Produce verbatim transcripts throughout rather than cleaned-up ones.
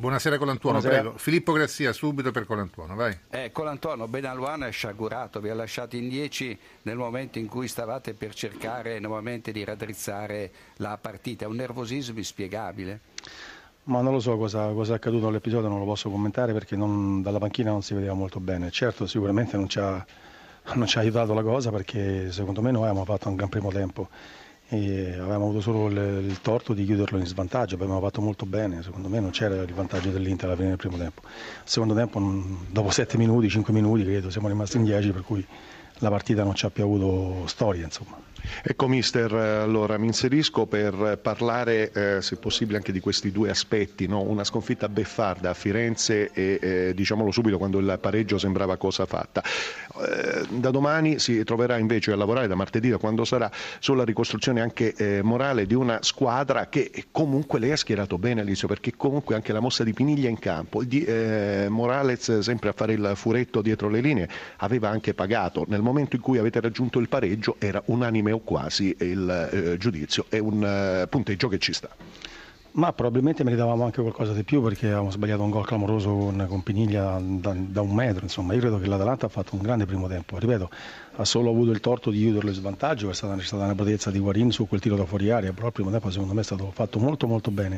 Buonasera Colantuono, Buonasera. prego. Filippo Grazia, subito per Colantuono, vai. Eh, Colantuono, Benaluana è sciagurato, vi ha lasciato in dieci nel momento in cui stavate per cercare nuovamente di raddrizzare la partita. È un nervosismo inspiegabile. Ma non lo so cosa, cosa è accaduto all'episodio, non lo posso commentare perché non, dalla panchina non si vedeva molto bene. Certo, sicuramente non ci ha, non ci ha aiutato la cosa perché secondo me noi avevamo fatto un gran primo tempo e avevamo avuto solo il, il torto di chiuderlo in svantaggio, abbiamo fatto molto bene, secondo me non c'era il vantaggio dell'Inter alla fine del primo tempo. Al secondo tempo, dopo sette minuti, cinque minuti, credo, siamo rimasti in dieci, per cui la partita non ci ha più avuto storia, insomma. Ecco mister, allora mi inserisco per parlare eh, se possibile anche di questi due aspetti, no? Una sconfitta beffarda a Firenze e eh, diciamolo subito quando il pareggio sembrava cosa fatta. Eh, da domani si troverà invece a lavorare, da martedì da quando sarà, sulla ricostruzione anche eh, morale di una squadra che comunque lei ha schierato bene all'inizio, perché comunque anche la mossa di Piniglia in campo, di eh, Morales sempre a fare il furetto dietro le linee, aveva anche pagato. Nel momento in cui avete raggiunto il pareggio era unanime o quasi il eh, giudizio, è un eh, punteggio che ci sta. Ma probabilmente meritavamo anche qualcosa di più perché avevamo sbagliato un gol clamoroso con, con Piniglia da, da un metro, insomma io credo che l'Atalanta ha fatto un grande primo tempo, ripeto, ha solo avuto il torto di chiuderlo in svantaggio, è stata, c'è stata una bravezza di Guarin su quel tiro da fuori aria, però il primo tempo secondo me è stato fatto molto molto bene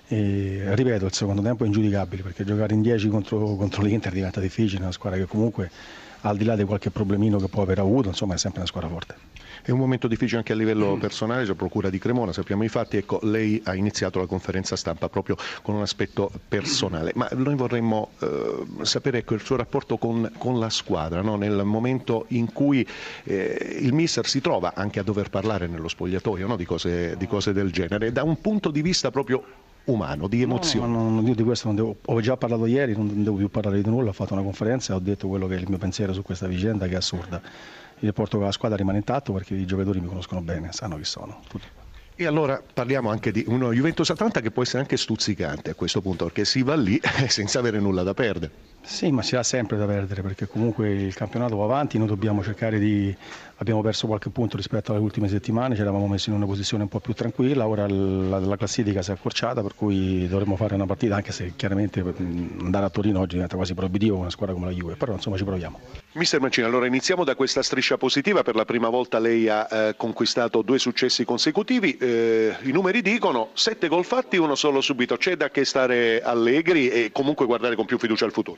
e ripeto il secondo tempo è ingiudicabile perché giocare in dieci contro, contro l'Inter diventa difficile, una squadra che comunque al di là di qualche problemino che può aver avuto, insomma è sempre una squadra forte. È un momento difficile anche a livello personale, c'è procura di Cremona, sappiamo i fatti, ecco lei ha iniziato la conferenza stampa proprio con un aspetto personale, ma noi vorremmo eh, sapere ecco, il suo rapporto con, con la squadra, no? Nel momento in cui eh, il mister si trova anche a dover parlare nello spogliatoio, no? di, cose, di cose del genere, da un punto di vista proprio umano, di emozione. No, no, io di questo non devo, ho già parlato ieri, non devo più parlare di nulla, ho fatto una conferenza e ho detto quello che è il mio pensiero su questa vicenda che è assurda. Il rapporto con la squadra rimane intatto perché i giocatori mi conoscono bene, sanno chi sono. Tutti. E allora parliamo anche di uno Juventus Atalanta che può essere anche stuzzicante a questo punto, perché si va lì senza avere nulla da perdere. Sì, ma si ha sempre da perdere perché comunque il campionato va avanti, noi dobbiamo cercare di... abbiamo perso qualche punto rispetto alle ultime settimane, ci eravamo messi in una posizione un po' più tranquilla, ora la, la classifica si è accorciata per cui dovremmo fare una partita, anche se chiaramente andare a Torino oggi diventa quasi proibitivo con una squadra come la Juve, però insomma ci proviamo. Mister Mancini, allora iniziamo da questa striscia positiva, per la prima volta lei ha eh, conquistato due successi consecutivi, eh, i numeri dicono sette gol fatti, uno solo subito, c'è da che stare allegri e comunque guardare con più fiducia al futuro.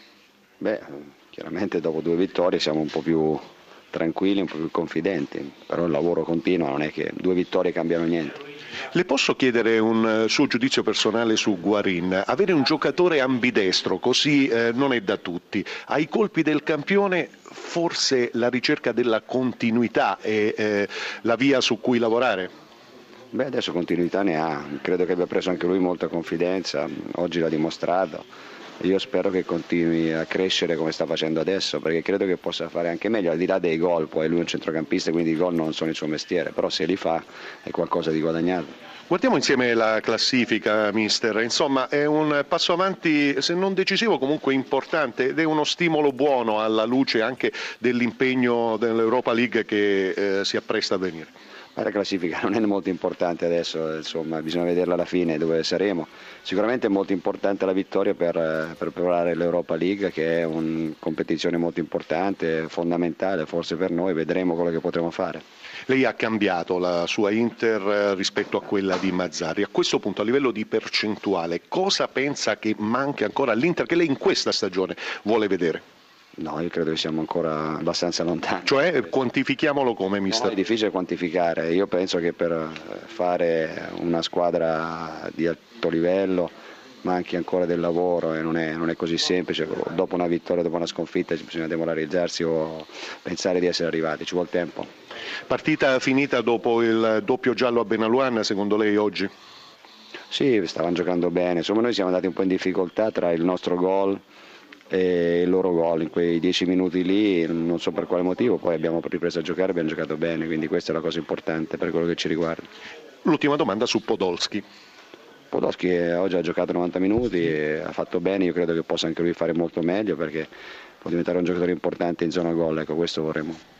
Beh, chiaramente dopo due vittorie siamo un po' più tranquilli, un po' più confidenti, però il lavoro continua, non è che due vittorie cambiano niente. Le posso chiedere un suo giudizio personale su Guarin? Avere un giocatore ambidestro così eh, non è da tutti. Ai colpi del campione forse la ricerca della continuità è eh, la via su cui lavorare? Beh, adesso continuità ne ha, credo che abbia preso anche lui molta confidenza, oggi l'ha dimostrato. Io spero che continui a crescere come sta facendo adesso, perché credo che possa fare anche meglio, al di là dei gol, poi lui è un centrocampista quindi i gol non sono il suo mestiere, però se li fa è qualcosa di guadagnato. Guardiamo insieme la classifica, mister, insomma è un passo avanti se non decisivo comunque importante ed è uno stimolo buono alla luce anche dell'impegno dell'Europa League che eh, si appresta a venire. La classifica non è molto importante adesso, insomma, bisogna vederla alla fine dove saremo. Sicuramente è molto importante la vittoria per, per preparare l'Europa League, che è una competizione molto importante, fondamentale forse per noi, vedremo quello che potremo fare. Lei ha cambiato la sua Inter rispetto a quella di Mazzarri. A questo punto, a livello di percentuale, cosa pensa che manchi ancora all'Inter che lei in questa stagione vuole vedere? No, io credo che siamo ancora abbastanza lontani. Cioè, quantifichiamolo come, mister? No, è difficile quantificare, io penso che per fare una squadra di alto livello manchi ancora del lavoro e non è, non è così semplice, dopo una vittoria, dopo una sconfitta bisogna demoralizzarsi o pensare di essere arrivati, ci vuole tempo. Partita finita dopo il doppio giallo a Benaluana, secondo lei oggi? Sì, stavano giocando bene, insomma noi siamo andati un po' in difficoltà tra il nostro gol e il loro gol in quei dieci minuti lì, non so per quale motivo, poi abbiamo ripreso a giocare, abbiamo giocato bene, quindi questa è la cosa importante per quello che ci riguarda. L'ultima domanda su Podolski. Podolski oggi ha giocato novanta minuti, e ha fatto bene, io credo che possa anche lui fare molto meglio perché può diventare un giocatore importante in zona gol, ecco questo vorremmo.